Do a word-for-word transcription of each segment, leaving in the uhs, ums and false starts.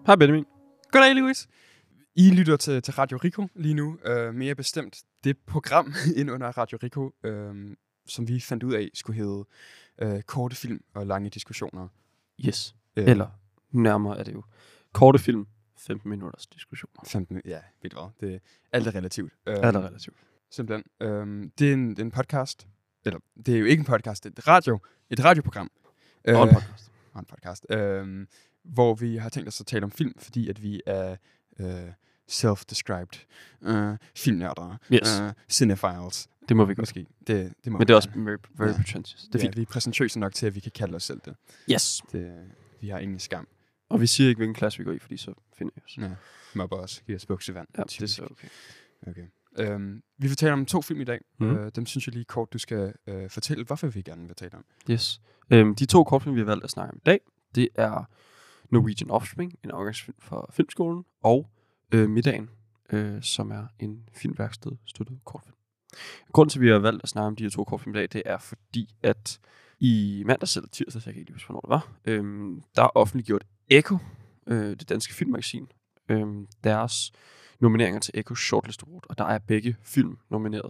Hej Benjamin. Goddag, Louis. I lytter til, til Radio Rico lige nu. Uh, mere bestemt det program ind under Radio Rico, uh, som vi fandt ud af skulle hedde uh, korte film og lange diskussioner. Yes. Uh, Eller nærmere er det jo korte film, femten minutters diskussioner. femten, ja, ved du hvad. Det, alt er relativt. Uh, Alt er relativt. Simpelthen. Uh, det, er en, det er en podcast. Eller, det er jo ikke en podcast, det er et radio. Et radioprogram. Uh, og en podcast. Og en podcast. Uh, hvor vi har tænkt os at tale om film, fordi at vi er uh, self-described uh, filmnørder. Yes. Uh, cinephiles. Det må vi godt. Måske. Det, det må Men det er også very, very Ja. pretentious. Det er ja, fint. vi er præsentøse nok til, at vi kan kalde os selv det. Yes. det vi har ingen skam. Og vi siger ikke, hvilken klasse vi går i, fordi så finder vi os. Ja. Mobber os. Giver os buksevand. Ja, det er så okay. Okay. Um, vi vil tale om to film i dag. Mhm. Uh, dem synes jeg lige kort, du skal uh, fortælle, hvorfor vi gerne vil tale om. Yes. Øhm, de to kortfilm, vi har valgt at snakke om i dag, det er Norwegian Offspring, en afgangsfilm fra Filmskolen, og øh, Middagen, øh, som er en filmværksted støttet kortfilm. Grunden til, at vi har valgt at snakke om de her to kortfilm i dag, det er fordi, at i mandags eller tirsdag, jeg kan ikke huske, hvornår det var, øh, der er offentliggjort Ekko, øh, det danske filmmagasin, øh, deres nomineringer til Ekko Shortlist Award, og der er begge film nomineret.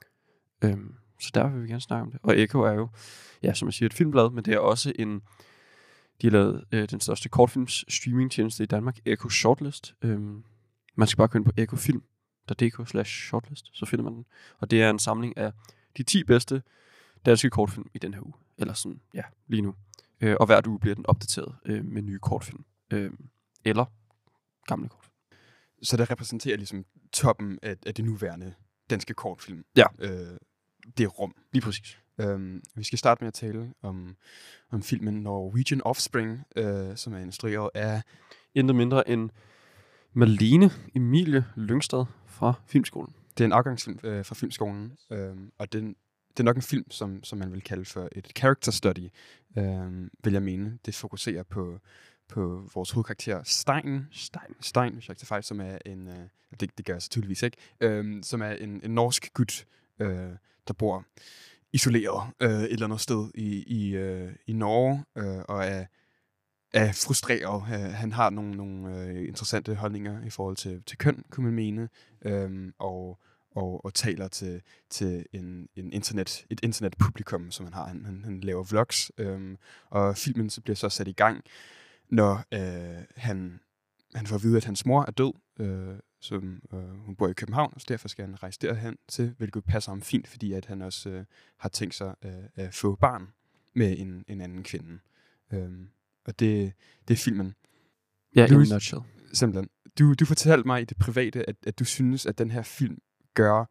Øh, så derfor vil vi gerne snakke om det. Og Ekko er jo, ja, som jeg siger, et filmblad, men det er også en, de har lavet øh, den største kortfilms streamingtjeneste i Danmark, Ekko Shortlist. Øhm, man skal bare gå ind på ekkofilm punktum d k slash shortlist, så finder man den. Og det er en samling af de ti bedste danske kortfilm i den her uge. Eller sådan, ja, lige nu. Øh, og hver uge bliver den opdateret øh, med nye kortfilm. Øh, eller gamle kortfilm. Så det repræsenterer ligesom toppen af, af det nuværende danske kortfilm. Ja. Øh, det rum. Lige præcis. Um, vi skal starte med at tale om, om filmen Norwegian Offspring, uh, som er instrueret af Intet mindre end Malene Emilie Lyngstad fra Filmskolen. Det er en afgangsfilm uh, fra Filmskolen, um, og den, det er nok en film, som, som man vil kalde for et character study, um, vil jeg mene. Det fokuserer på, på vores hovedkarakter Stein, Stein. Stein, hvis jeg ikke tager fejl, som er en, uh, det, det gør jeg så tydeligvis ikke, um, som er en, en norsk gut, uh, der bor isoleret øh, et eller andet sted i, i, øh, i Norge, øh, og er, er frustreret. Øh, han har nogle, nogle øh, interessante holdninger i forhold til, til køn, kunne man mene, øh, og, og, og taler til, til en, en internet, et internetpublikum, som han har. Han, han, han laver vlogs, øh, og filmen så bliver så sat i gang, når øh, han, han får at vide, at hans mor er død, øh, som øh, hun bor i København, og så derfor skal han rejse derhen til, hvilket passer ham fint, fordi at han også øh, har tænkt sig øh, at få barn med en, en anden kvinde. Øhm, og det, det er filmen. Ja, in a Louis, nutshell. Simpelthen. Du, du fortalte mig i det private, at, at du synes, at den her film gør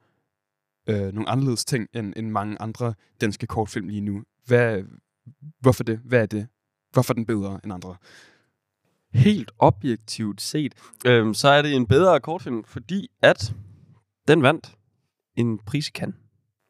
øh, nogle anderledes ting, end, end mange andre danske kortfilm lige nu. Hvad, hvorfor det? Hvad er det? Hvorfor er den bedre end andre? Helt objektivt set, øhm, så er det en bedre kortfilm, fordi at den vandt en pris i Cannes.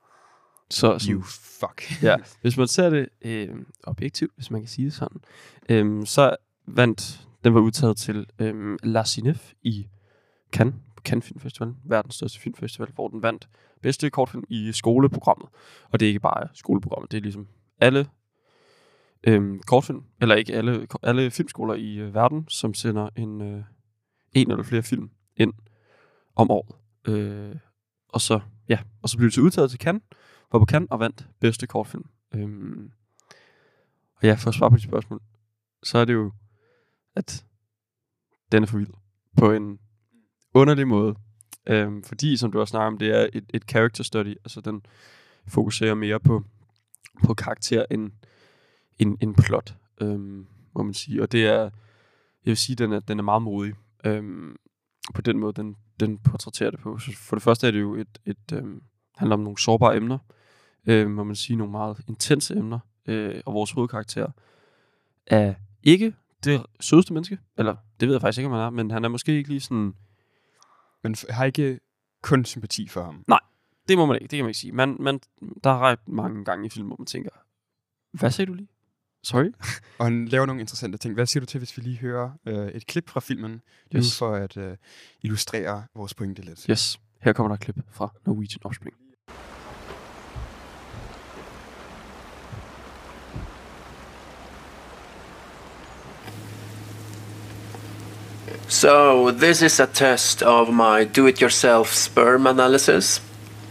Så sådan, You fuck. ja, hvis man ser det øh, objektivt, hvis man kan sige det sådan, øh, så vandt, den var udtaget til øh, La Cinef i Cannes, på Cannes Filmfestival, verdens største filmfestival, hvor den vandt bedste kortfilm i skoleprogrammet. Og det er ikke bare skoleprogrammet, det er ligesom alle Øhm, kortfilm, eller ikke alle, alle filmskoler i øh, verden, som sender en, øh, en eller flere film ind om året. Øh, og så, ja, og så blev det så udtaget til Cannes, var på Cannes og vandt bedste kortfilm. Øhm, og ja, for at svare på de spørgsmål, så er det jo, at den er for vild på en underlig måde. Øhm, fordi, som du også snakker om, det er et, et character study, altså den fokuserer mere på, på karakter end En, en plot, øhm, må man sige. Og det er, jeg vil sige, den er, den er meget modig. Øhm, på den måde, den, den portrætterer det på. Så for det første er det jo et, et øhm, handler om nogle sårbare emner. Øh, må man sige, nogle meget intense emner. Øh, og vores hovedkarakter er ikke det sødeste menneske. Eller, det ved jeg faktisk ikke, om han er. Men han er måske ikke lige sådan... Man har ikke kun sympati for ham. Nej, det må man ikke. Det kan man ikke sige. Man, man, der er ret mange gange i film, hvor man tænker, hvad sagde du lige? Sorry? Og han laver nogle interessante ting. Hvad siger du til, hvis vi lige hører øh, et klip fra filmen, yes. nu for at øh, illustrere vores pointe lidt? Yes, her kommer der et klip fra Norwegian Offspring. So, this is a test of my do-it-yourself sperm analysis.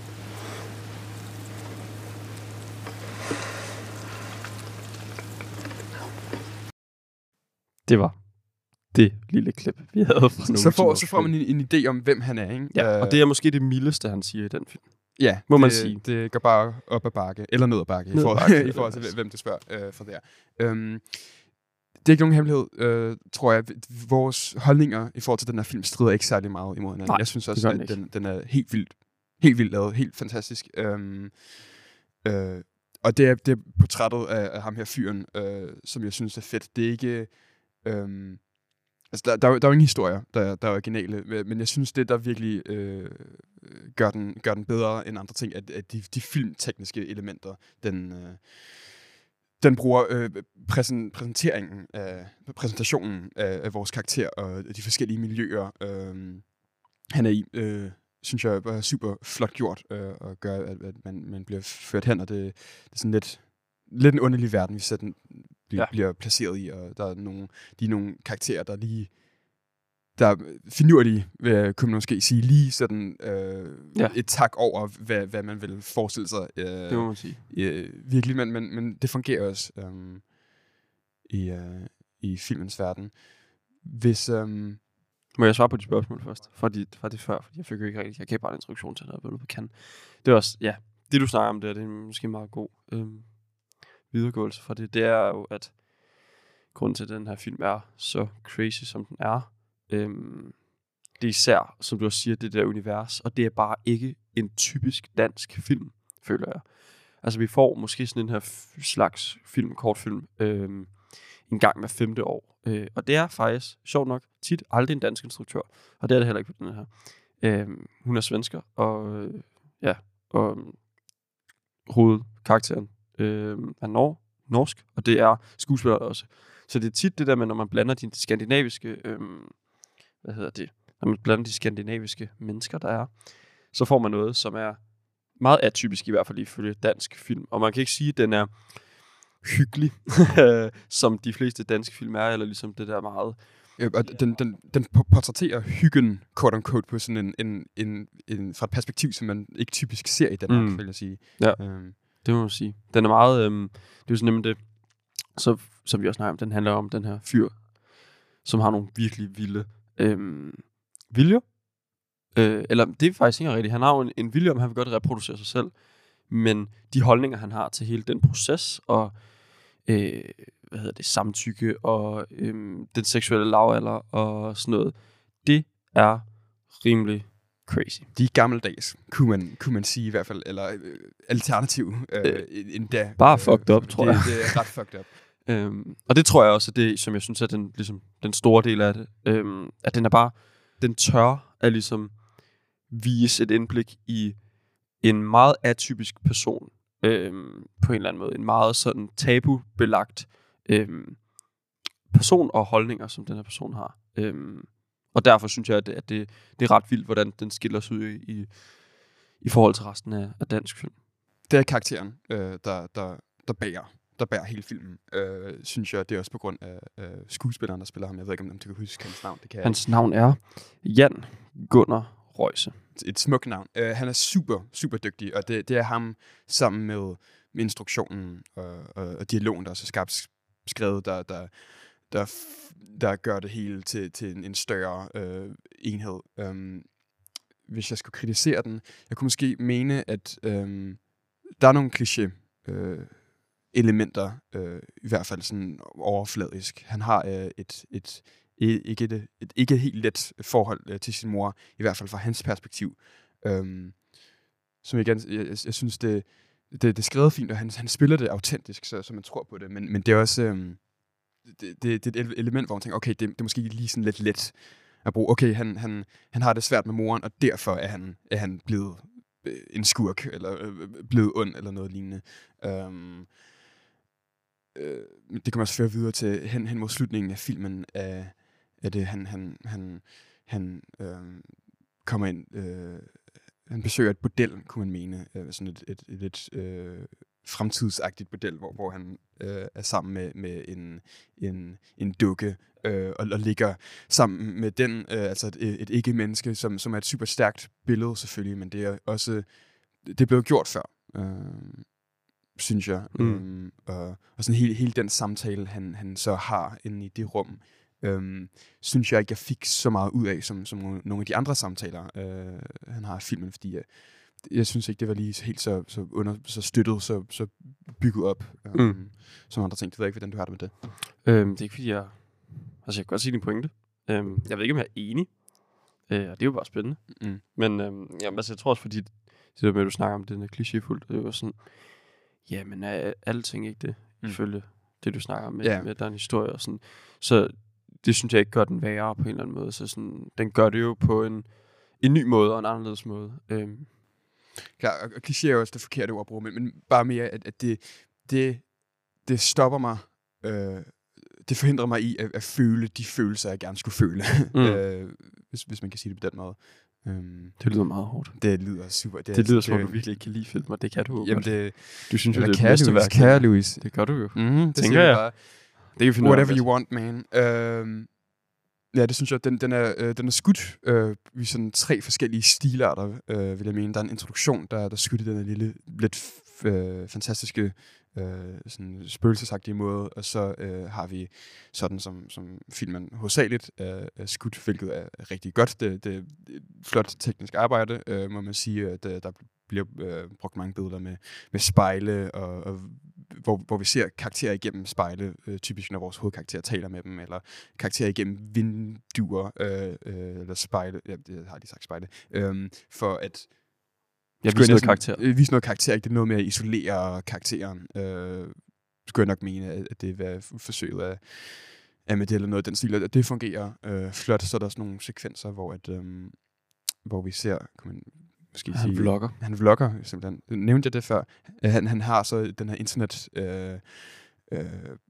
Det var det lille klip, vi havde fra Så får, så får man en, en idé om, hvem han er, ikke? Ja, uh, og det er måske det mildeste, han siger i den film. Ja, må det, man sige. Det går bare op ad bakke, eller ned ad bakke, ned i, forhold, bakke, i forhold til, hvem du spørger uh, for der. Um, det er ikke nogen hemmelighed, uh, tror jeg. Vores holdninger i forhold til den her film strider ikke særlig meget imod hinanden. Nej, jeg synes også, at den, den er helt vildt, helt vildt lavet, helt fantastisk. Um, uh, og det er, det er portrættet af, af ham her fyren, uh, som jeg synes er fedt. Det er ikke... Um, altså, der, der, er jo, der er jo ingen historier, der, der er originale, men jeg synes, det der virkelig øh, gør, den, gør den bedre end andre ting, at, at de, de filmtekniske elementer, den, øh, den bruger øh, præsen, præsenteringen af, præsentationen af, af vores karakter og de forskellige miljøer, øh, han er i, øh, synes jeg er super flot gjort, øh, og gør, at, at man, man bliver ført hen, og det, det er sådan lidt, lidt en underlig verden, vi sætter den bliver, ja. bliver placeret i, og der er nogle, de er nogle karakterer, der lige, der er finurlige, kunne man måske sige, lige sådan øh, ja. et tak over, hvad, hvad man vil forestille sig. Øh, det må man sige. Øh, virkelig, men, men, men det fungerer også øh, i, øh, i filmens verden. Hvis... Øh, Må jeg svare på de spørgsmål først? Fra, de, fra det før, fordi jeg fik jo ikke rigtig... Jeg gav bare en introduktion til, at jeg var på Cannes. Det er også... Ja, det du snakker om der, det er måske en meget god... Øh, videregåelse for det, det er jo, at grunden til, at den her film er så crazy, som den er, øhm, det er især, som du også siger, det der univers, og det er bare ikke en typisk dansk film, føler jeg. Altså, vi får måske sådan en her f- slags film, kortfilm, øhm, en gang hver femte år, øh, og det er faktisk, sjovt nok, tit aldrig en dansk instruktør, og det er det heller ikke på den her. Øhm, hun er svensker, og øh, ja, og øh, hovedkarakteren øh, er nor- norsk, og det er skuespillere også. Så det er tit det der med, når man blander de skandinaviske, øh, hvad hedder det, når man blander de skandinaviske mennesker, der er, så får man noget, som er meget atypisk, i hvert fald ifølge dansk film. Og man kan ikke sige, at den er hyggelig, som de fleste danske film er, eller ligesom det der meget... Ja, og den, den, den portrætterer hyggen, quote unquote, på sådan en, en, en, en, fra et perspektiv, som man ikke typisk ser i Danmark, mm. vil jeg sige. Ja. Um. Det må man sige. Den er meget, øhm, det er jo sådan nemlig det, så, som vi også snakker om, den handler om den her fyr, som har nogle virkelig vilde øhm, viljer. Øh, eller det er faktisk ikke rigtigt. Han har jo en, en vilje om, han vil godt reproducere sig selv, men de holdninger, han har til hele den proces, og øh, hvad hedder det, samtykke, og øh, den seksuelle lavalder, og sådan noget, det er rimelig crazy. De er gammeldags, kunne man, kunne man sige i hvert fald, eller øh, alternativ øh, øh, endda. Bare øh, fucked up, tror det, jeg. Det er ret fucked up. øhm, og det tror jeg også, at det, som jeg synes er den, ligesom, den store del af det, øhm, at den er bare, den tør at ligesom vise et indblik i en meget atypisk person, øhm, på en eller anden måde. En meget sådan tabubelagt øhm, person og holdninger, som den her person har. Øhm, Og derfor synes jeg, at det, at det, det er ret vildt, hvordan den skiller sig ud i, i, i forhold til resten af, af dansk film. Det er karakteren, øh, der, der, der, bærer, der bærer hele filmen, øh, synes jeg. Det er også på grund af øh, skuespilleren, der spiller ham. Jeg ved ikke, om du kan huske hans navn. Det kan hans navn er Jan Gunnar Røise. Et smukt navn. Øh, han er super, super dygtig, og det, det er ham sammen med, med instruktionen og, og, og dialogen, der er så skarpt skrevet, der... der Der, der gør det hele til, til en, en større øh, enhed. Um, hvis jeg skulle kritisere den, jeg kunne måske mene, at um, der er nogle kliché øh, elementer, øh, i hvert fald sådan overfladisk. Han har øh, et, et, et, ikke et, et ikke helt let forhold øh, til sin mor, i hvert fald fra hans perspektiv. Um, som igen, jeg, jeg, jeg synes, det, det, det er skrevet fint, og han, han spiller det autentisk, så, så man tror på det, men, men det er også... Øh, Det, det, det er et element, hvor man tænker, okay, det, det er måske lige sådan lidt let at bruge. Okay, han, han, han har det svært med moren, og derfor er han, er han blevet øh, en skurk, eller øh, blevet ond, eller noget lignende. Um, øh, det kommer også føre videre til hen, hen mod slutningen af filmen, af, af det, han, han, han, han øh, kommer ind, øh, han besøger et bordel, kunne man mene, øh, sådan et, et, et, et øh, fremtidsagtigt model, hvor, hvor han øh, er sammen med, med en, en, en dukke, øh, og, og ligger sammen med den, øh, altså et, et ikke-menneske, som, som er et super stærkt billede selvfølgelig, men det er også, det er blevet gjort før, øh, synes jeg. Mm. Øhm, og, og sådan hele, hele den samtale, han, han så har inde i det rum, øhm, synes jeg ikke, jeg fik så meget ud af, som, som nogle af de andre samtaler, øh, han har i filmen, fordi jeg, jeg synes ikke, det var lige helt så, så, under, så støttet, så, så bygget op, øhm, mm. som andre ting. Det ved jeg ikke, hvordan du har det med det. Øhm, det er ikke, fordi jeg... Altså, jeg kan godt sige din pointe. Øhm, jeg ved ikke, om jeg er enig. Øh, og det er jo bare spændende. Mm. Men øhm, jamen, altså, jeg tror også, fordi det der med, at du snakker om, den er klichéfuldt, det var sådan... Jamen, er alle ting ikke det, mm. ifølge det, du snakker om med, yeah. med der er en historie og sådan. Så det synes jeg ikke gør den værre på en eller anden måde. Så sådan, den gør det jo på en, en ny måde og en anderledes måde. Øhm. Klar, og, og kliché er jo også det forkerte ord at bruge, men, men bare mere, at, at det, det, det stopper mig, øh, det forhindrer mig i at, at føle de følelser, jeg gerne skulle føle, mm. øh, hvis, hvis man kan sige det på den måde. Um, det lyder meget hårdt. Det lyder super. Det, det lyder som, du virkelig ikke kan lide film, og det kan du. Jamen det, du synes jo, det er det bedste værk. Kære Louis. Det gør du jo. Mm, det tænker jeg. Bare, det kan finde whatever you want, man. Uh, ja, det synes jeg, den, den, er, øh, den er skudt øh, i sådan tre forskellige stilarter, øh, vil jeg mene. Der er en introduktion, der, der skudt i den lille, lidt f- øh, fantastiske, øh, sådan spøgelsesagtige måde, og så øh, har vi sådan, som, som filmen hovedsageligt er, er skudt, hvilket er rigtig godt. Det, det er et flot teknisk arbejde, øh, må man sige, at der bliver øh, brugt mange billeder med, med spejle, og, og hvor, hvor vi ser karakterer igennem spejle, øh, typisk når vores hovedkarakter taler med dem, eller karakterer igennem vinduer, øh, øh, eller spejle, ja, det har de sagt spejle, øh, for at ja, vise noget karakter. Øh, vise noget karakter, ikke? Det er noget med at isolere karakteren. Øh, skulle jeg nok mene, at det er forsøget af, af med det, eller noget af den stil, og det fungerer øh, flot. Så er der også nogle sekvenser, hvor, at, øh, hvor vi ser, kan man måske han sige... vlogger. Han vlogger, simpelthen. Nævnte jeg det før? Han, han har så den her internet... Øh, øh,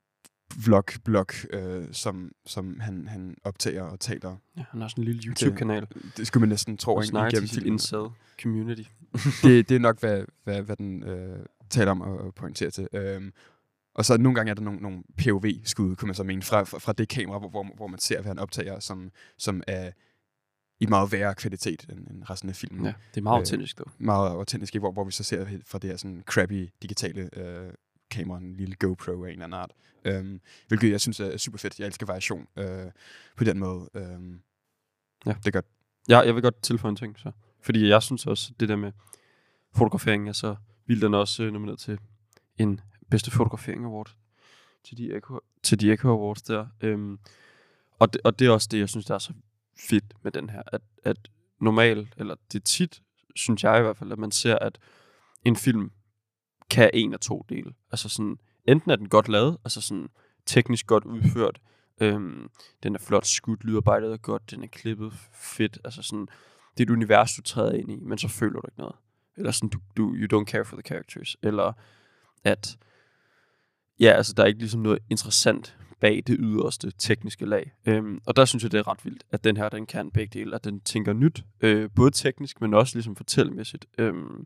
vlog, blog, øh, som, som han, han optager og taler. Ja, han har sådan en lille YouTube-kanal. Det, det skulle man næsten tro, ikke? Igennem til sit incel community. det, det er nok, hvad, hvad, hvad den øh, taler om og pointerer til. Øhm, og så nogle gange er der nogle, nogle P O V-skud, kunne man så mene, fra, fra, fra det kamera, hvor, hvor, hvor man ser, hvad han optager, som, som er i meget værre kvalitet end, end resten af filmen. Ja, det er meget autentisk, dog. Øh, meget autentisk, hvor, hvor vi så ser fra det her sådan crappy digitale øh, kamera, en lille GoPro af en eller anden art. Um, hvilket jeg synes er super fedt. Jeg elsker variation uh, på den måde. Um, ja, det er godt. Ja, jeg vil godt tilføje en ting, så. Fordi jeg synes også, det der med fotografering er så vildt, den også uh, nomineret til en bedste fotografering award til de Echo, til de Echo Awards der. Um, og, det, og det er også det, jeg synes, der er så fedt med den her. At, at normalt, eller det er tit, synes jeg i hvert fald, at man ser, at en film kan en af to dele. Altså sådan, enten er den godt lavet, altså sådan teknisk godt udført, øhm, den er flot skudt, lydarbejdet er godt, den er klippet fedt, altså sådan, det er et univers, du træder ind i, men så føler du ikke noget. Eller sådan, du, du you don't care for the characters. Eller at, ja, altså der er ikke ligesom noget interessant bag det yderste tekniske lag. Øhm, og der synes jeg, det er ret vildt, at den her, den kan begge dele, at den tænker nyt, øh, både teknisk, men også ligesom fortællemæssigt. Øhm,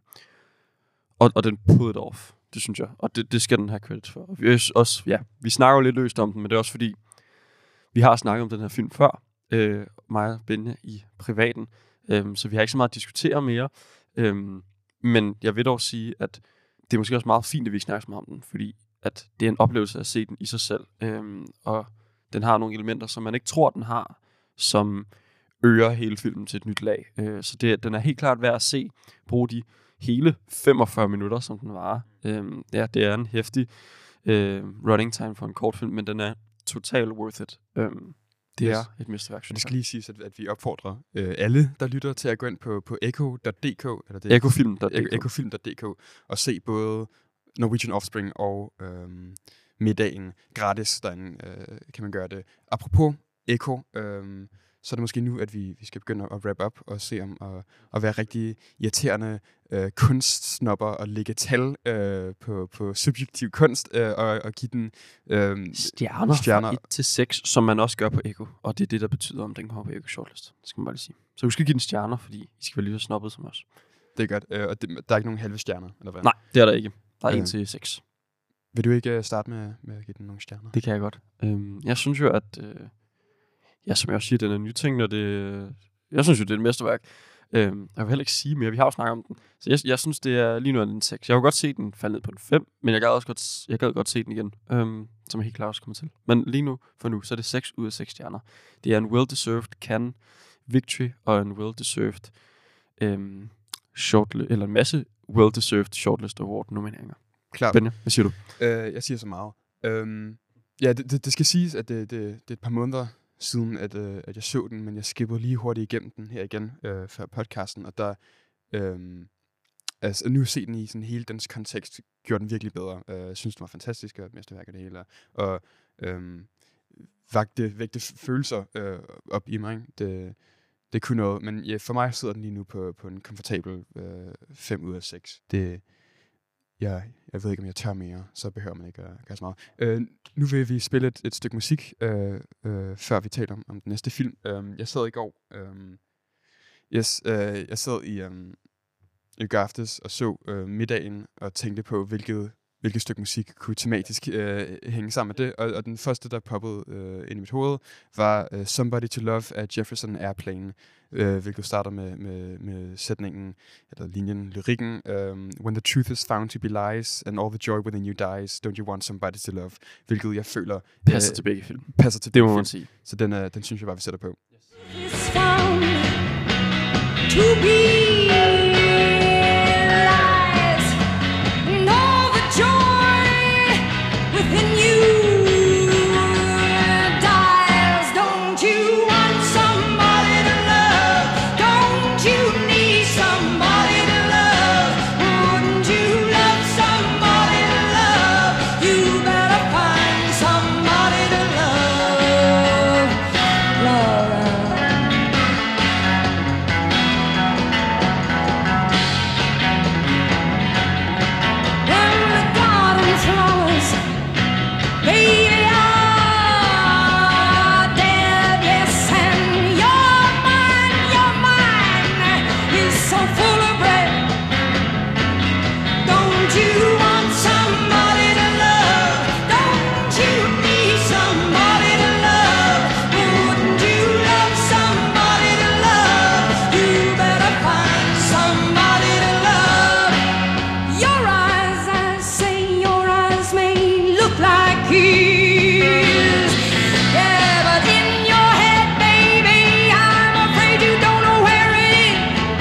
og, og den pulled it off. Det synes jeg. Og det, det skal den have credit for. Og vi, også, ja, vi snakker jo lidt løst om den, men det er også fordi, vi har snakket om den her film før, øh, mig og Benne i privaten, øh, så vi har ikke så meget at diskutere mere. Øh, men jeg vil dog sige, at det er måske også meget fint, at vi ikke snakker så meget om den, fordi at det er en oplevelse at se den i sig selv. Øh, og den har nogle elementer, som man ikke tror, den har, som øger hele filmen til et nyt lag. Øh, så det, den er helt klart værd at se, bruge de hele femogfyrre minutter, som den varer. Øhm, ja, det er en heftig øh, running time for en kortfilm, men den er totalt worth it. Øhm, det yes. er et mesterværk. Det skal lige siges, at, at vi opfordrer øh, alle, der lytter, til at gå ind på, på echo punktum d k eller det echofilm punktum d k echofilm punktum d k og se både Norwegian Offspring og øh, Middagen gratis derinde, øh, kan man gøre det. Apropos Echo, øh, så er det måske nu, at vi, vi skal begynde at wrap up og se om at, at være rigtig irriterende øh, kunstsnopper og lægge tal øh, på, på subjektiv kunst øh, og, og give den øh, stjerner, stjerner fra et til seks, som man også gør på Echo. Og det er det, der betyder, om den kommer på Echo Shortlist. Det skal man bare lige sige. Så husk at give den stjerner, fordi I skal være lige så snobbet som os. Det er godt. Øh, og det, der er ikke nogen halve stjerner, eller hvad? Nej, det er der ikke. Der er Øh. en til seks. Vil du ikke uh, starte med, med at give den nogle stjerner? Det kan jeg godt. Øhm, jeg synes jo, at... Øh, ja, som jeg også siger, den er nytænkende, og det... Jeg synes jo, det er et mesterværk. Øhm, jeg vil heller ikke sige mere. Vi har jo snakket om den. Så jeg, jeg synes, det er lige nu en seks. Jeg kunne godt se den falde ned på en fem, men jeg gad også godt, jeg gad godt se den igen, øhm, som jeg helt klart også kommer til. Men lige nu, for nu, så er det seks ud af seks stjerner. Det er en well-deserved Cannes victory, og en well-deserved øhm, shortlist, eller en masse well-deserved shortlist award nomineringer. Klart. Benja, hvad siger du? Uh, jeg siger så meget. Um, ja, det, det, det skal siges, at det, det, det er et par måneder siden, at, uh, at jeg så den, men jeg skippede lige hurtigt igennem den her igen uh, før podcasten, og der... Um, altså, nu se den i sådan hele dens kontekst, gjorde den virkelig bedre. Uh, jeg synes, den var fantastisk, og et mesterværk af det hele. Og um, vægte, vægte følelser uh, op i mig. Det, det kunne noget, men ja, for mig sidder den lige nu på, på en komfortabel fem ud af seks. Det... Jeg, jeg ved ikke, om jeg tør mere, så behøver man ikke at gøre så meget. Øh, nu vil vi spille et, et stykke musik, øh, øh, før vi taler om, om den næste film. Øh, jeg sad i går, øh, yes, øh, jeg sad i, øh, i går aftes og så øh, middagen og tænkte på, hvilket, hvilket stykke musik kunne tematisk øh, hænge sammen med det. Og, og den første, der poppede øh, ind i mit hoved, var øh, Somebody to Love af Jefferson Airplane. Uh, hvilket starter med, med, med sætningen, eller linjen, lyrikken. Um, When the truth is found to be lies, and all the joy within you dies, don't you want somebody to love? Hvilket jeg føler... Passer uh, til begge film. Passer til Det begge må man film. sige. Så den, uh, den synes jeg bare, vi sætter på. It's found to be lies, and all the joy within you dies. Don't you want somebody to love? Don't you need somebody to love? Wouldn't you love somebody to love? You better find somebody to love. Love. When the garden flowers, baby, are dead, yes, and your mind, your mind is so full of bread. Don't you want somebody to love? Don't you need somebody to love? Wouldn't you love somebody to love? You better find somebody to love. Your eyes, I say, your eyes may look like his. Yeah, but in your head, baby, I'm afraid you don't know where it is.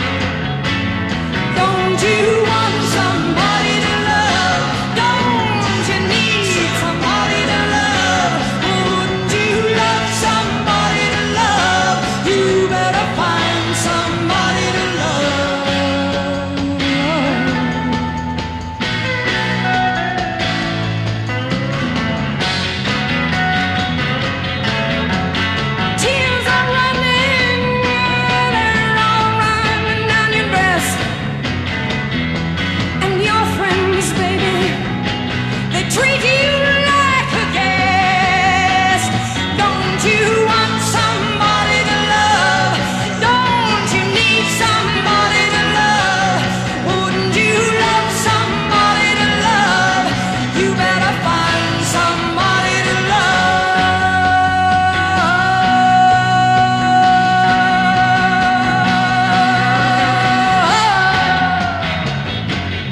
Don't you want somebody to love? Don't you need somebody to love? Wouldn't you love somebody to love? You better find somebody to love. Tears are running, they're all running down your breast. And your friends, baby, they treat you like a guest. Don't you want somebody to love? Don't you need somebody to love? Wouldn't you love somebody to love? You better find somebody to love.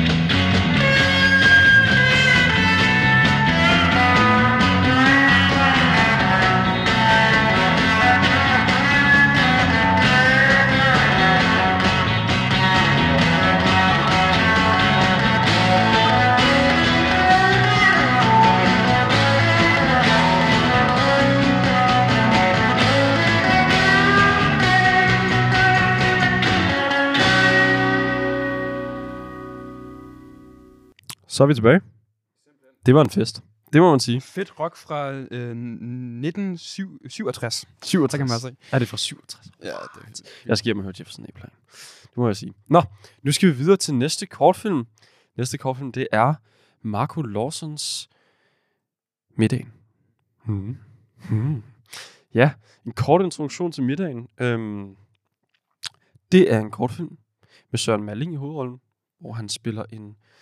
Så er vi tilbage. Det var en fest. Det må man sige. Fedt rock fra øh, nitten syvogtres. syvogtres. Så kan man også se. Er det fra syvogtres? Ja, det er Jeg skal hjem og høre Jefferson Airplane. Det må jeg sige. Nå, nu skal vi videre til næste kortfilm. Næste kortfilm, det er Marco Lawsons Middagen. Hmm. Hmm. Ja, en kort introduktion til Middagen. Øhm, det er en kortfilm med Søren Malling i hovedrollen, hvor han spiller en,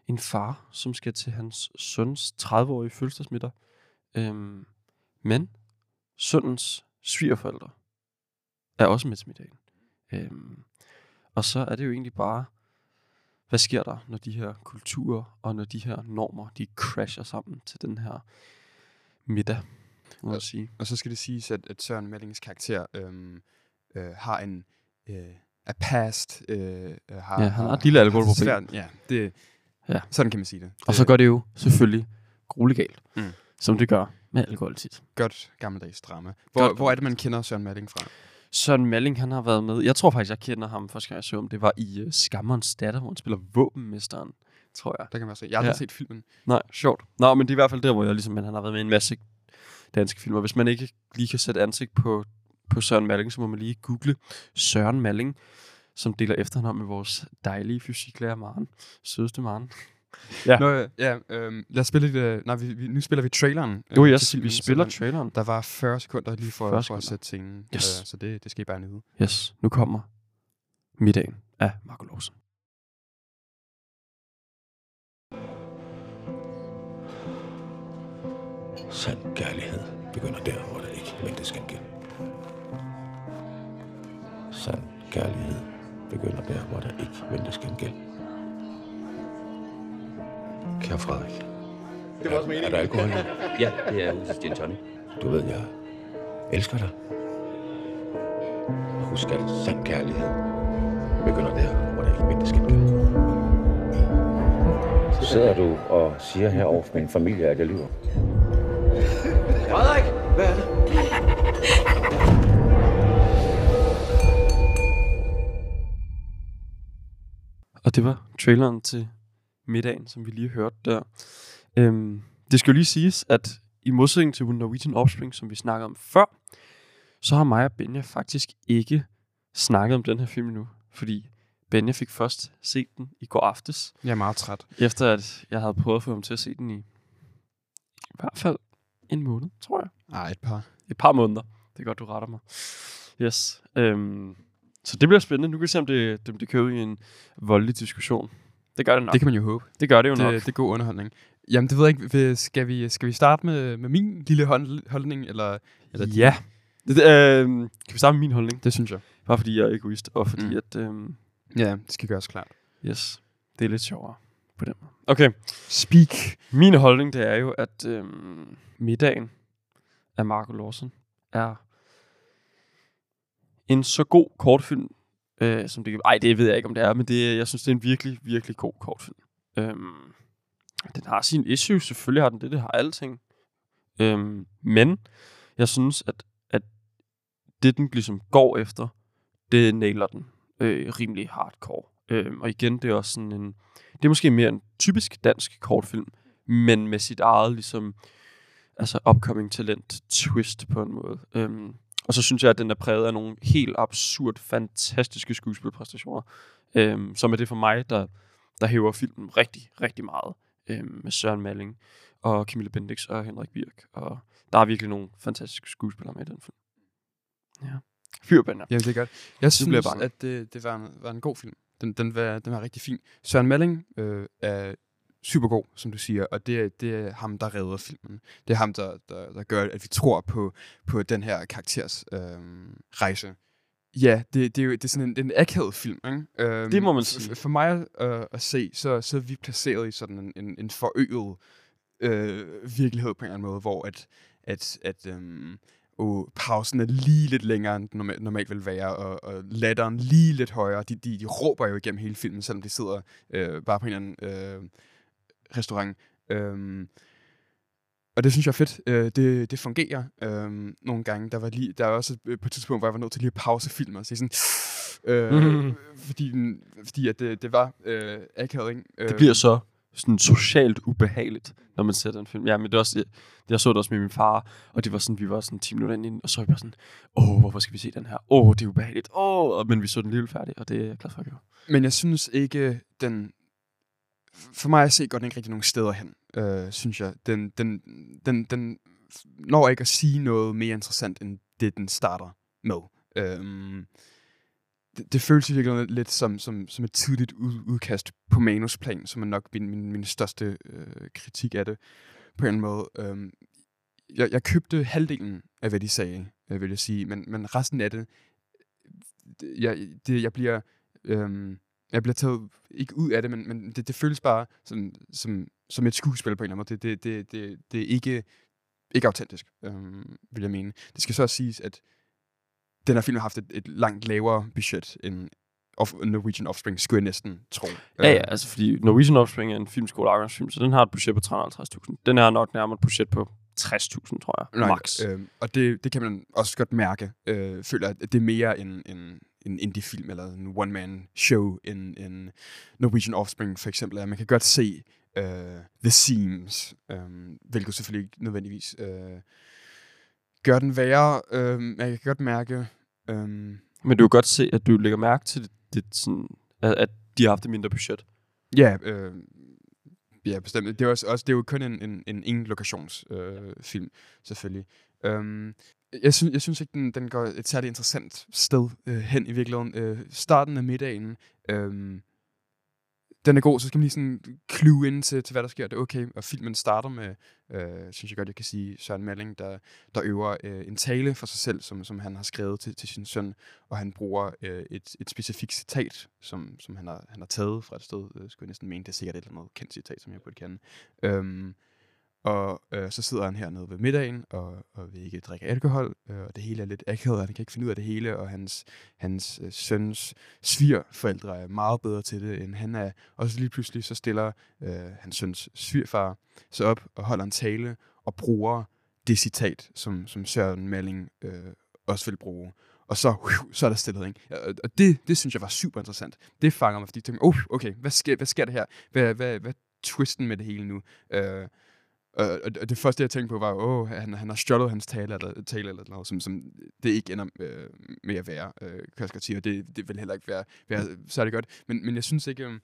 en far, som skal til hans søns tredive-årige fødselsdagsmiddag. Øhm, men sønnens svigerforældre er også med til middagen. Øhm, og så er det jo egentlig bare, hvad sker der, når de her kulturer og når de her normer, de crasher sammen til den her middag, må jeg sige. Og så skal det siges, at, at Søren Mallings karakter øhm, øh, har en øh, a past. Øh, har, Ja, han har et lille alkoholproblem. svært- Ja, det, Ja. sådan kan man sige det. Og så går det jo selvfølgelig grueligt galt, Mm. som det gør med alkohol tit. Godt gammeldags drama. Hvor, Godt. hvor er det, man kender Søren Malling fra? Søren Malling, han har været med. Jeg tror faktisk, jeg kender ham første gang, jeg så ham. Det var i uh, Skammerens Datter, hvor han spiller våbenmesteren, tror jeg. Der kan man se. Jeg har aldrig Ja. set filmen. Nej, sjovt. Nå, men det er i hvert fald der, hvor jeg ligesom, men han har været med i en masse danske filmer. Hvis man ikke lige kan sætte ansigt på, på Søren Malling, så må man lige google Søren Malling, som deler efternavn med vores dejlige fysiklærer Maren. Sødeste Maren. Ja. Nå, øh, ja, øhm, lad os spille lidt... Øh, nej, vi, vi, nu spiller vi traileren. Jo, øh, yes, til filmen, vi så spiller den- traileren. Der var fyrre sekunder lige for, fyrre for at sekunder. sætte scenen. Yes. Øh, så det, det skal I bare nyde. Yes, nu kommer middagen af Marco Lawson. Sand kærlighed begynder der, hvor der ikke ventes gengæld. Sand kærlighed begynder der, hvor der ikke ventes gengæld. Kære Frederik. Det var også meningen. Er der alkohol i? Ja, det er hos Gin Tonic. Du ved, jeg elsker dig. Og husk, at sand kærlighed begynder der, hvor der ikke ventes gengæld. Så sidder du og siger herovre for min familie, at jeg lyver. Frederik, hvad er det? Og det var traileren til middagen, som vi lige hørte der. Øhm, det skal jo lige siges, at i modsætning til Norwegian Offspring, som vi snakkede om før, så har mig og Benja faktisk ikke snakket om den her film endnu. Fordi Benja fik først set den i går aftes, Jeg er meget træt. efter at jeg havde prøvet at få ham til at se den i i hvert fald en måned, tror jeg. Ah, et par. Et par måneder. Det er godt, du retter mig. Yes. Øhm, så det bliver spændende. Nu kan vi se, om det, om det kører ud i en voldelig diskussion. Det gør det nok. Det kan man jo håbe. Det gør det jo nok. Det, det er god underholdning. Jamen, det ved jeg ikke. Vil- Skal vi, skal vi starte med, med min lille hold- holdning? Eller, eller Ja. Det, øh, kan vi starte med min holdning? Det synes jeg. Bare fordi jeg er egoist, og fordi Mm. mm. at... Øh, Ja, det skal gøres klart. yes, det er lidt sjovere på den måde. Okay, Speak. min holdning, det er jo, at øh, middagen af Marco Lawson er en så god kortfilm, øh, som det kan... Ej, det ved jeg ikke, om det er, men det, jeg synes, det er en virkelig, virkelig god kortfilm. Øhm, den har sine issues, selvfølgelig har den det, det har alting. Øhm, men jeg synes, at, at det, den ligesom går efter, det nailer den øh, rimelig hardcore. Øhm, og igen, det er også sådan en... Det er måske mere en typisk dansk kortfilm, men med sit eget ligesom... Altså upcoming talent twist på en måde. Øhm, og så synes jeg, at den er præget af nogle helt absurd, fantastiske skuespilpræstationer, øhm, som er det for mig, der, der hæver filmen rigtig, rigtig meget. Øhm, med Søren Malling og Camilla Bendix og Henrik Birk. Og der er virkelig nogle fantastiske skuespillere med i den film. Ja. Fyrbænder. Jamen, det er godt. Jeg synes, bliver bange. at det, det var, en, var en god film. Den, den, var, den var rigtig fin. Søren Malling øh, er super god, som du siger, og det, er- det er ham, der redder filmen. Det er ham, der, der, der gør, at vi tror på, på den her karakters øh, rejse. Ja, det, det er jo det er sådan en, en akavet film, ikke? Øhm, Det må man f- sige. f- For mig øh, at se, så, så er vi placeret i sådan en, en, en forøget øh, virkelighed på en eller anden måde, hvor at, at, at øhm, og pausen er lige lidt længere, end den normalt, normalt vil være, og, og latteren lige lidt højere. De, de, de råber jo igennem hele filmen, selvom de sidder øh, bare på en eller anden øh, restaurant. Øhm, og det synes jeg er fedt. Øh, det, det fungerer øh, nogle gange. Der var lige, der er også et, på et tidspunkt, hvor jeg var nødt til lige at pause filmen og sige sådan, øh, Mhm. fordi, den, fordi at det, det var øh, akavet, ikke? Det bliver så sådan socialt ubehageligt, når man ser den film. Ja, men det er også, jeg, jeg så det også med min far, og det var sådan, vi var sådan ti minutter inde, og så var vi bare sådan, åh, hvorfor skal vi se den her? Åh, det er ubehageligt. Åh, men vi så den lige færdig, og det er jeg glad for at gøre. Men jeg synes ikke, den... For mig at se går den ikke rigtig nogen steder hen, øh, synes jeg. Den, den, den, den når ikke at sige noget mere interessant, end det, den starter med. Øhm, det, det føles i virkeligheden lidt som, som, som et tidligt ud, udkast på manusplan, som er nok min, min, min største øh, kritik af det, på en måde. Øhm, jeg, jeg købte halvdelen af, hvad de sagde, vil jeg sige, men, men resten af det, det, jeg, det, jeg bliver... Øhm, jeg bliver taget ikke ud af det, men, men det, det føles bare som, som, som et skuespil på en eller anden måde. Det, det, det, det, det er ikke, ikke autentisk, øhm, vil jeg mene. Det skal så også siges, at den her film har haft et, et langt lavere budget end of, Norwegian Offspring, skulle jeg næsten tro. Ja, ja, altså fordi Norwegian Offspring er en filmskole afgangsfilm, så den har et budget på tre hundrede og halvtreds tusind. Den har nok nærmere et budget på tres tusind, tror jeg, Nej, max. Øh, og det, det kan man også godt mærke. Øh, føler, at det er mere en, en, en indie-film, eller en one-man-show, end en Norwegian Offspring, for eksempel. At man kan godt se uh, The Seams, um, hvilket selvfølgelig ikke nødvendigvis uh, gør den værre. Uh, man kan godt mærke... Um, Men du kan godt se, at du lægger mærke til det, det sådan, at, at de har haft et mindre budget. Ja, øh, ja, bestemt. Det er, også, også, det er jo kun en, en, en ingen lokationsfilm, øh, film, selvfølgelig. Um, jeg, synes, jeg synes ikke, den, den går et særligt interessant sted øh, hen i virkeligheden. Øh, starten af middagen, øh, den er god, så skal man lige sådan clue ind til, til hvad der sker. Det er okay, og filmen starter med, øh, synes jeg godt, jeg kan sige, Søren Malling, der, der øver øh, en tale for sig selv, som, som han har skrevet til, til sin søn, og han bruger øh, et, et specifikt citat, som, som han, har, han har taget fra et sted, øh, skulle jeg næsten mene, det er sikkert et eller andet kendt citat, som jeg burde kende. Øhm, og øh, så sidder han hernede ved middagen, og, og vil ikke drikke alkohol, øh, og det hele er lidt akavet, og han kan ikke finde ud af det hele, og hans, hans øh, søns svigerforældre er meget bedre til det, end han er. Og så lige pludselig så stiller øh, hans søns svigerfar sig op og holder en tale, og bruger det citat, som, som Søren Malling øh, også vil bruge. Og så, uh, så er der stillet, ikke? Og det, det synes jeg var super interessant. Det fanger mig, fordi jeg tænker, oh, okay, hvad sker, hvad sker det her? Hvad, hvad, hvad er twisten med det hele nu? Øh, Og, og det første, jeg tænkte på, var, åh, han, han har stjålet hans tale eller, tale eller noget, som, som det ikke ender øh, med at være, øh, kan jeg godt sige, og det, det vil heller ikke være, være særlig godt. Men, men jeg synes ikke, øh,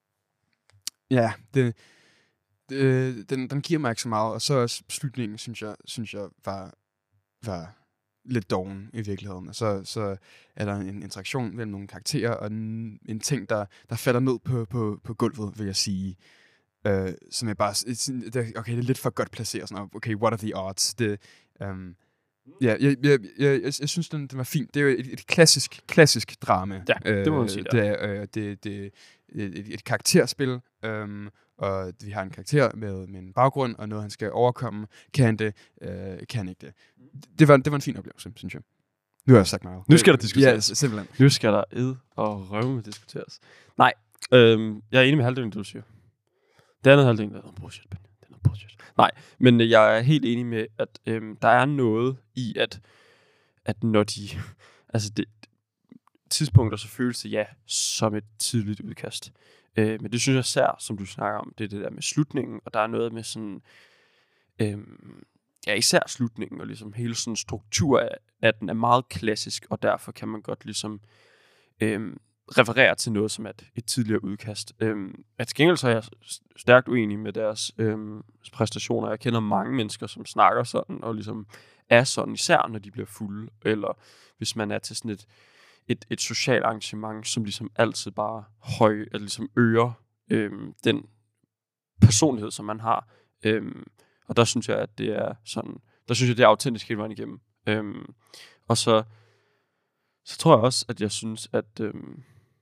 ja, det, det, den, den giver mig ikke så meget, og så også slutningen, synes jeg, synes jeg var, var lidt doven i virkeligheden. Og så, så er der en interaktion mellem nogle karakterer, og en, en ting, der, der falder ned på, på, på gulvet, vil jeg sige. Uh, som er bare, okay, det er lidt for godt placeret, sådan, okay, what are the odds? Det, um, ja, jeg, jeg, jeg, jeg, jeg synes, den, den var fin. Det er jo et, et klassisk, klassisk drama. Ja, det må man sige. Uh, det er uh, det, det, et, et karakterspil, um, og vi har en karakter med, med en baggrund, og noget, han skal overkomme. Kan han det? Uh, kan han ikke det? Det var, det var en fin oplevelse, synes jeg. Nu har jeg sagt meget. Nu skal der diskuteres. Ja, simpelthen. Nu skal der ed og røve diskuteres. Nej, øhm, jeg er enig med halvdelen, du siger. Det andet halvdelen, det er noget bullshit, Ben. Det er noget bullshit. Nej, men øh, jeg er helt enig med, at øhm, der er noget i, at, at når de... altså, det, tidspunkter, så føles det, ja, som et tidligt udkast. Øh, men det synes jeg især, som du snakker om, det er det der med slutningen, og der er noget med sådan... Øhm, ja, især slutningen, og ligesom hele sådan struktur af, af den er meget klassisk, og derfor kan man godt ligesom... Øhm, refererer til noget, som er et, et tidligere udkast. Øhm, at til gengæld så er jeg stærkt uenig med deres øhm, præstationer. Jeg kender mange mennesker, som snakker sådan, og ligesom er sådan, især når de bliver fulde, eller hvis man er til sådan et, et, et socialt arrangement, som ligesom altid bare høj, eller ligesom øger øhm, den personlighed, som man har. Øhm, og der synes jeg, at det er sådan, der synes jeg, det er autentisk hele vejen igennem. Øhm, og så så tror jeg også, at jeg synes, at øhm,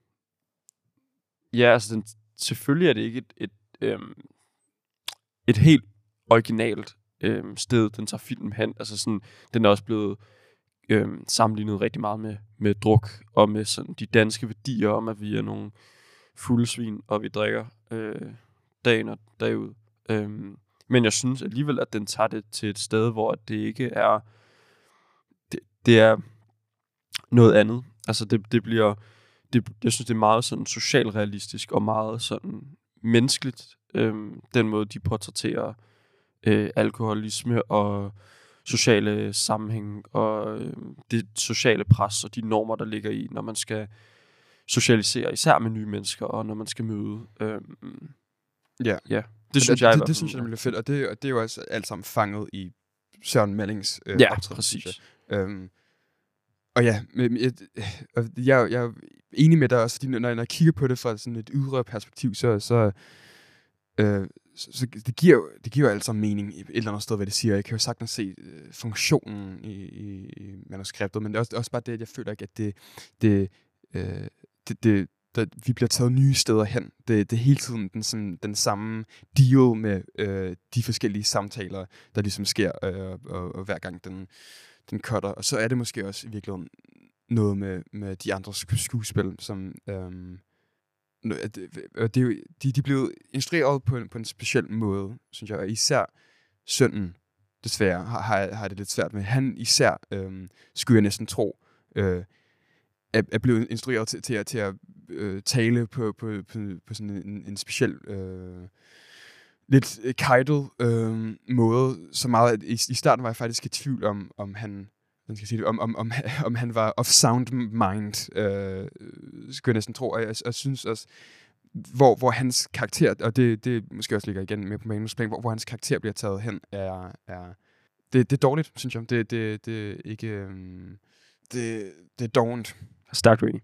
ja, altså den, selvfølgelig er det ikke et, et, øhm, et helt originalt øhm, sted, den tager film hen. Altså sådan, den er også blevet øhm, sammenlignet rigtig meget med, med druk, og med sådan de danske værdier om, at vi er nogle fulde svin, og vi drikker øh, dagen og dag ud. Øhm, men jeg synes alligevel, at den tager det til et sted, hvor det ikke er... Det, det er noget andet. Altså det, det bliver... Det, jeg synes, det er meget sådan socialrealistisk og meget sådan menneskeligt. Øhm, den måde, de portrætterer øh, alkoholisme og sociale sammenhæng og øh, det sociale pres og de normer, der ligger i, når man skal socialisere, især med nye mennesker og når man skal møde. Øhm, ja. ja, det synes jeg det, i det, hvert det synes jeg er fedt, og det, og det er jo også alt sammen fanget i Søren Mallings øh, ja, optræden, præcis. Øhm, og ja, men jeg, og jeg, jeg er enig med dig også, fordi når, når jeg kigger på det fra sådan et ydre perspektiv, så, så, øh, så, så det, giver, jo- det giver jo alt sammen mening et eller andet sted, hvad det siger. Jeg kan jo sagtens se øh, funktionen i, i, i manuskriptet, men det er også, også bare det, at jeg føler ikke, at det, det, øh, det, det der, vi bliver taget nye steder hen. Det, det er hele tiden den, sådan, den samme deal med øh, de forskellige samtaler, der ligesom sker, øh, og, og hver gang den, den cutter. Og så er det måske også i virkeligheden noget med, med de andre sku- skuespil, som... Øhm, nå- at det, og det er jo, de, de blev instrueret på en, på en speciel måde, synes jeg. Og især sønnen, desværre, har, har, har det lidt svært med. Han især, øhm, skulle jeg næsten tro, øh, er, er blevet instrueret til, til at, til at øh, tale på, på, på, på sådan en, en speciel... Øh, lidt kajtet øh, måde, så meget, at i, i starten var jeg faktisk i tvivl om, om han, hvordan skal jeg sige det, om, om, om, om han var of sound mind, øh, skulle jeg næsten tro, og jeg, jeg, jeg synes også, hvor, hvor hans karakter, og det, det måske også ligger igen med på manusplan, hvor, hvor hans karakter bliver taget hen, er, er det, det er dårligt, synes jeg. Det, det, det er ikke, øh, det, det er dårligt. Stærkt uenig.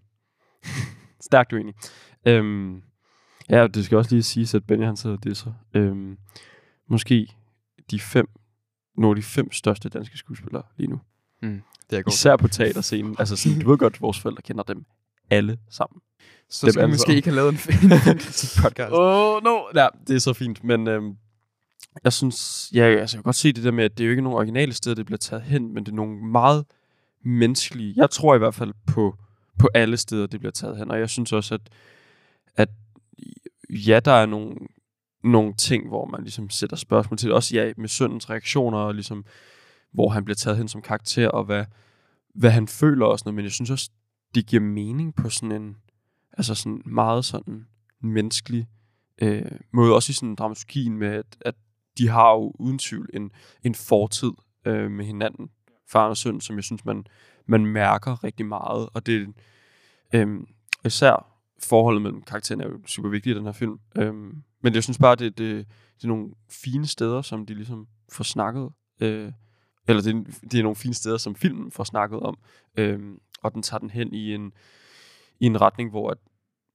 Stærkt uenig. Øhm, ja, det skal også lige siges, at Benny han sidder og disser. Øhm, måske de fem, nogle af de fem største danske skuespillere lige nu. Mm, det er godt. Især på teaterscenen. Altså sådan, du ved godt, at vores forældre kender dem alle sammen. Så dem skal vi alle måske sammen. ikke have lavet en fin podcast. Åh, oh, no! Ja, det er så fint, men øhm, jeg synes, ja, altså, jeg kan godt se det der med, at det er jo ikke nogen originale steder, det bliver taget hen, men det er nogle meget menneskelige. Jeg tror i hvert fald på, på alle steder, det bliver taget hen, og jeg synes også, at, at ja, der er nogle, nogle ting, hvor man ligesom sætter spørgsmål til det. Også ja, med sønnens reaktioner, og ligesom, hvor han bliver taget hen som karakter, og hvad, hvad han føler også noget, men jeg synes også, det giver mening på sådan en, altså sådan meget sådan menneskelig øh, måde, også i sådan dramaturgien med, at, at de har jo uden tvivl en, en fortid øh, med hinanden, far og søn, som jeg synes, man, man mærker rigtig meget, og det øh, især forholdet mellem karaktererne er jo super vigtigt i den her film, øh, men jeg synes bare, det, det, det er nogle fine steder, som de ligesom får snakket, øh, eller det, det er nogle fine steder, som filmen får snakket om, øh, og den tager den hen i en, i en retning, hvor at,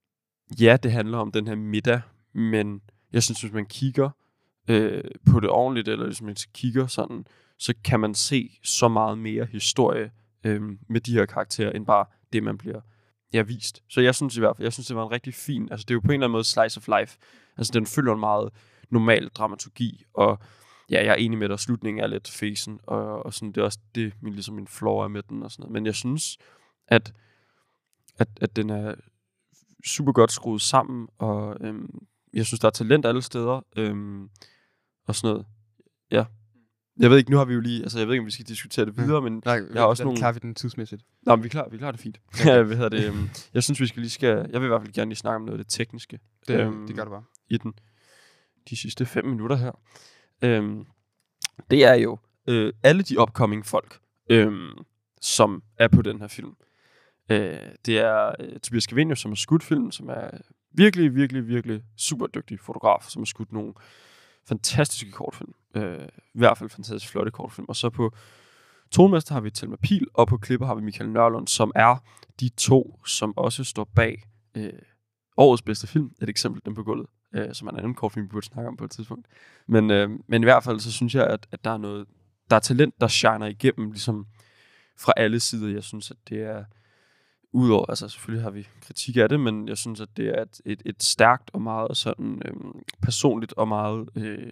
ja, det handler om den her middag, men jeg synes, hvis man kigger øh, på det ordentligt, eller hvis man kigger sådan, så kan man se så meget mere historie øh, med de her karakterer, end bare det, man bliver ja, vist. Så jeg synes i hvert fald, jeg synes, det var en rigtig fin, altså det er jo på en eller anden måde slice of life. Altså den følger en meget normal dramaturgi, og ja, jeg er enig med dig, slutningen er lidt fesen, og, og sådan, det er også det, min, ligesom min flaw er med den, og sådan noget. Men jeg synes, at, at, at den er super godt skruet sammen, og øhm, jeg synes, der er talent alle steder, øhm, og sådan noget. Ja. Jeg ved ikke, nu har vi jo lige, altså jeg ved ikke, om vi skal diskutere det videre, men Nej, jeg har også den nogle... klarer vi den tidsmæssigt. Nå, men vi klarer, vi klarer det fint. Ja, hvad hedder det? øhm, jeg synes, vi skal lige skal... Jeg vil i hvert fald gerne lige snakke om noget af det tekniske. Det, øhm, det gør det bare. I den, de sidste fem minutter her. Øhm, det er jo øh, alle de upcoming folk, øhm, som er på den her film. Øh, det er øh, Tobias Scavenius, som har skudt filmen, som er virkelig, virkelig, virkelig super dygtig fotograf, som har skudt nogle fantastiske kortfilm. Øh, I hvert fald fantastisk flotte kortfilm. Og så på tonmester har vi Thelma Pihl, og på klipper har vi Michael Nørlund, som er de to, som også står bag øh, årets bedste film. Et eksempel, dem på gulvet, øh, som er en anden kortfilm, vi burde snakke om på et tidspunkt. Men, øh, men i hvert fald, så synes jeg, at, at der er noget, der er talent, der shiner igennem, ligesom fra alle sider. Jeg synes, at det er udover, altså selvfølgelig har vi kritik af det, men jeg synes, at det er et, et, et stærkt og meget sådan øhm, personligt og meget, øh,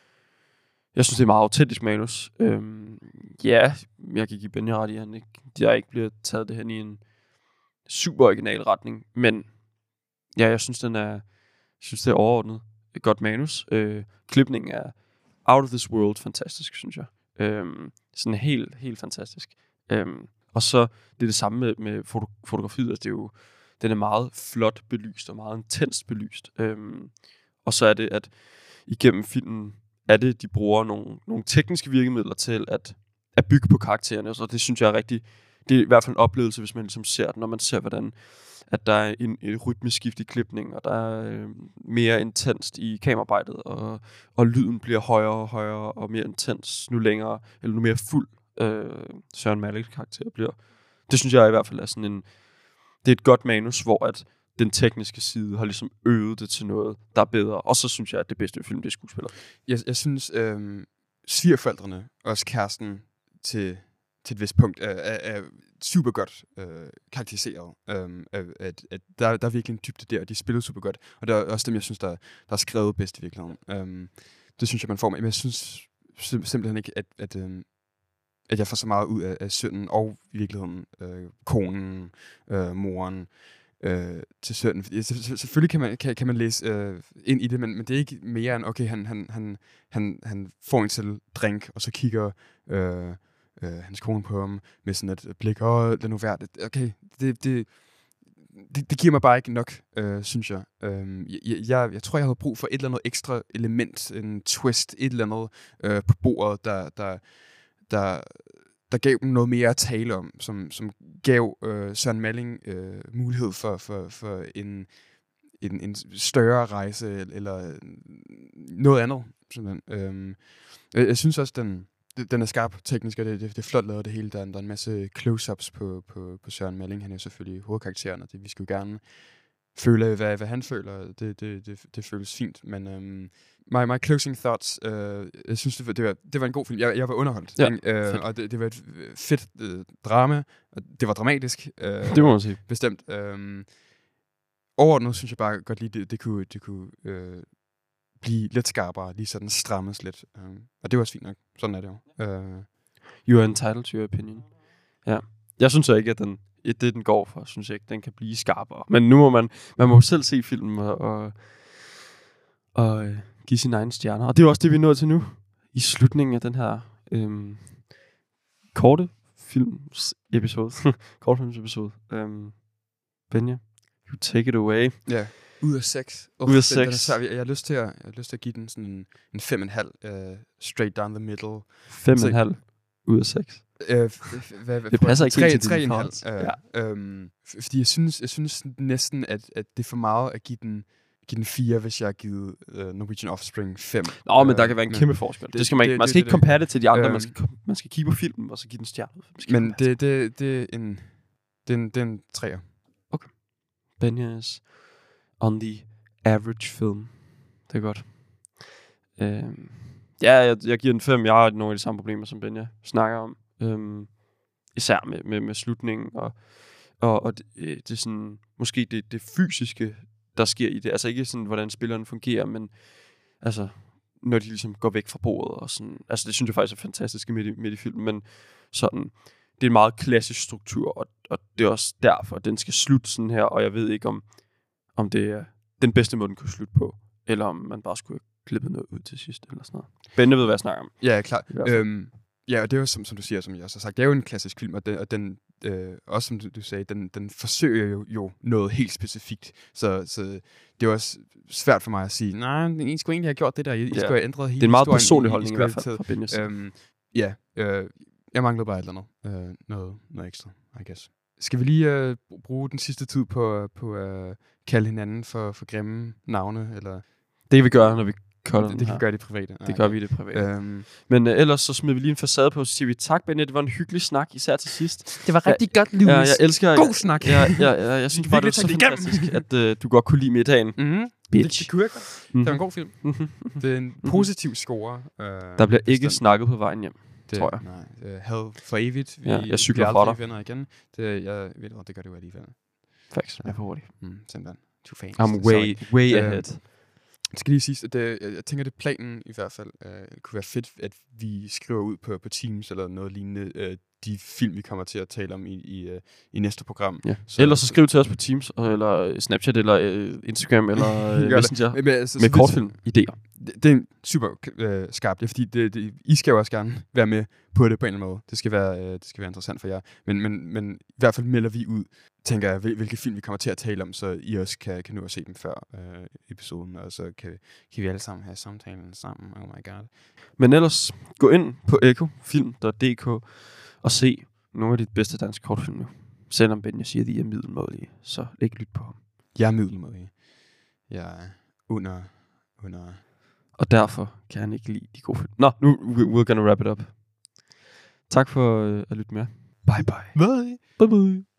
jeg synes, det er meget autentisk manus. Øhm, ja, jeg kan give Benny ret i, at han ikke, de har ikke blevet taget det hen i en super original retning, men ja, jeg synes, den er, jeg synes, det er overordnet et godt manus. Øh, klipningen er out of this world fantastisk, synes jeg. Øhm, sådan helt, helt fantastisk. Øhm, Og så det er det samme med, med foto, fotografiet. Altså det er jo, den er meget flot belyst og meget intenst belyst. Øhm, og så er det, at igennem filmen er det, de bruger nogle, nogle tekniske virkemidler til at, at bygge på karaktererne. Så det synes jeg er rigtig, det er i hvert fald en oplevelse, hvis man ligesom ser det, når man ser, hvordan at der er en, en rytmeskift i klipning, og der er øh, mere intenst i kameraarbejdet, og, og lyden bliver højere og højere og mere intens nu længere, eller nu mere fuld. Øh, Søren Maliks karakter bliver Det synes jeg i hvert fald er sådan en... Det er et godt manus, hvor at den tekniske side har ligesom øvet det til noget, der er bedre. Og så synes jeg, at det bedste film, det er skuespiller. Jeg, jeg synes, øh, svigerforældrene, også kæresten til, til et vist punkt, er, er, er super godt øh, karakteriseret. Øh, at, at der, der er virkelig en dybde der, og de spiller super godt. Og det er også dem, jeg synes, der, der er skrevet bedst i virkeligheden. Øh, det synes jeg, man får med. Men jeg synes sim- simpelthen ikke, at, at, øh, at jeg får så meget ud af, af sønnen og i virkeligheden øh, konen, øh, moren, Øh, til sønnen. Ja, selvfølgelig kan man, kan, kan man læse øh, ind i det, men, men det er ikke mere end, okay, han, han, han, han, han får en til drink, og så kigger øh, øh, hans kone på ham med sådan et blik, åh, det er nu værd. Okay, det, det, det, det giver mig bare ikke nok, øh, synes jeg. Øh, jeg, jeg. Jeg tror, jeg havde brug for et eller andet ekstra element, en twist, et eller andet øh, på bordet, der, der, der der gav dem noget mere at tale om, som, som gav øh, Søren Malling øh, mulighed for, for, for en, en, en større rejse, eller noget andet. Øhm, jeg, jeg synes også, den, den er skarp teknisk, og det, det, det er flot lavet det hele. Der er, der er en masse close-ups på, på, på Søren Malling. Han er jo selvfølgelig hovedkarakteren, og det, vi skulle gerne føle, hvad, hvad han føler. Det, det, det, det føles fint, men... Øhm, My, my closing thoughts. Øh, jeg synes, det var, det, var, det var en god film. Jeg, jeg var underholdt. Ja, øh, og det, det var et fedt øh, drama. Og det var dramatisk. Øh, Det må man sige. Bestemt. Øh, overordnet synes jeg bare godt lige, det, det kunne, det kunne øh, blive lidt skarpere. Lige sådan strammes lidt. Øh, og det var også fint nok. Sådan er det jo. Øh. You are entitled to your opinion. Ja. Jeg synes ikke, at den, det, den går for. Jeg synes ikke, den kan blive skarpere. Men nu må man, man må selv se filmen og... og, og øh, give sine egne stjerner. Og det er også det, vi er nået til nu. I slutningen af den her øhm, korte filmsepisode. Kortfilmsepisode. Øhm, Benja, you take it away. Ja. Ud af seks. Oh, Ud af den, seks. Den er, jeg, jeg, har lyst til at, jeg har lyst til at give den sådan en, en fem og en halv. Uh, straight down the middle. Fem Så- og en halv ud af seks. Øh, f- hvad, hvad, Det prøv- passer ikke tre, helt til tre din og en halv. forhold. Øh, øhm, f- fordi jeg synes, jeg synes næsten, at, at det er for meget at give den, give den fire, hvis jeg har givet uh, Norwegian Offspring fem. Nå, men der Øh, kan være en men- kæmpe forskel. Det, det skal man ikke. det- Man det- skal det- ikke compare det til de andre. Øhm. Man skal, kom- man skal kigge på filmen, og så give den stjerne. Man skal Men compare det, det, det er en, det er en, det er en treer. Benja is on the average film. Det er godt. Øhm, ja, jeg, jeg giver den fem. Jeg har nogle af de samme problemer, som Benja snakker om. Øhm, især med, med, med slutningen. Og, og, og det, øh, det er sådan, måske det, det fysiske, der sker i det. Altså ikke sådan, hvordan spilleren fungerer, men altså, når de ligesom går væk fra bordet. Og sådan, altså det synes jeg faktisk er fantastisk midt i, midt i filmen, men sådan... Det er en meget klassisk struktur, og, og det er også derfor, at den skal slutte sådan her, og jeg ved ikke, om, om det er den bedste måde, den kunne slutte på, eller om man bare skulle have klippet noget ud til sidst, eller sådan noget. Bente ved, hvad jeg snakker om. Ja, klart. I hvert fald. Øhm, ja, og det er jo, som, som du siger, som jeg også har sagt, det er jo en klassisk film, og den, og den øh, også som du, du sagde, den, den forsøger jo, jo noget helt specifikt. Så, så det er også svært for mig at sige, nej, I skulle egentlig have gjort det der, I, I Ja. skulle have ændret hele Det er en meget historien, personlig I- I holdning i skulle hvert have fald taget- fra Benjas. Øhm, ja, øh, jeg manglede bare et eller andet. Øh, noget, noget ekstra, I guess. Skal vi lige øh, bruge den sidste tid på, på at øh, kalde hinanden for, for grimme navne? Eller? Det kan vi gøre, når vi cutter Det, den det her. kan vi gøre i det private. Det gør vi i det private. Øhm, Men øh, ellers så smider vi lige en facade på, så siger vi tak, Benja. Det var en hyggelig snak, især til sidst. det var rigtig godt, Ja, jeg elsker... God snak. Ja, ja, ja, jeg synes bare, det er så Virkelig talt igennem. fantastisk, at øh, du godt kunne lide middagen. Mm-hmm. Det, Bitch. det kunne jeg godt. Mhm. Det var en god film. Det er en positiv score. Øh, Der bliver ikke bestemt. snakket på vejen hjem. det, tror jeg. Nej, uh, had for evigt. Vi, Ja, jeg cykler vi fra aldrig dig. venner igen. Det, jeg ved du, det gør det jo alligevel. Facts. Jeg er for hurtigt. Mm, simpelthen. Too fast. I'm way, way Øh, ahead. Jeg skal lige sige, at det, jeg, jeg tænker, det planen i hvert fald uh, kunne være fedt, at vi skriver ud på, på Teams eller noget lignende, uh, de film, vi kommer til at tale om i, i, uh, i næste program. Ja. Ellers så skriv til os på Teams, eller Snapchat, eller øh, Instagram, eller øh, Gør det. Messenger, Men, men, altså, med så det- kortfilm idéer. Det, det er en super øh, skarpt, ja, fordi det, det, I skal jo også gerne være med på det på en eller anden måde. Det skal være, øh, det skal være interessant for jer. Men, men, men i hvert fald melder vi ud, tænker jeg, hvil, hvilke film vi kommer til at tale om, så I også kan, kan nå at se dem før øh, episoden, og så kan, kan vi alle sammen have samtalen sammen. Oh my god. Men ellers, gå ind på ecofilm punktum d k og se nogle af de bedste danske kortfilm nu. Selvom Benja siger, at de er middelmådige, så ikke lyt på ham. Jeg er middelmådig. Jeg er under, under... Og derfor kan han ikke lide de gode film. Nå, nu we're gonna wrap it up. Tak for øh, at lytte med. Bye bye. Bye. Bye bye.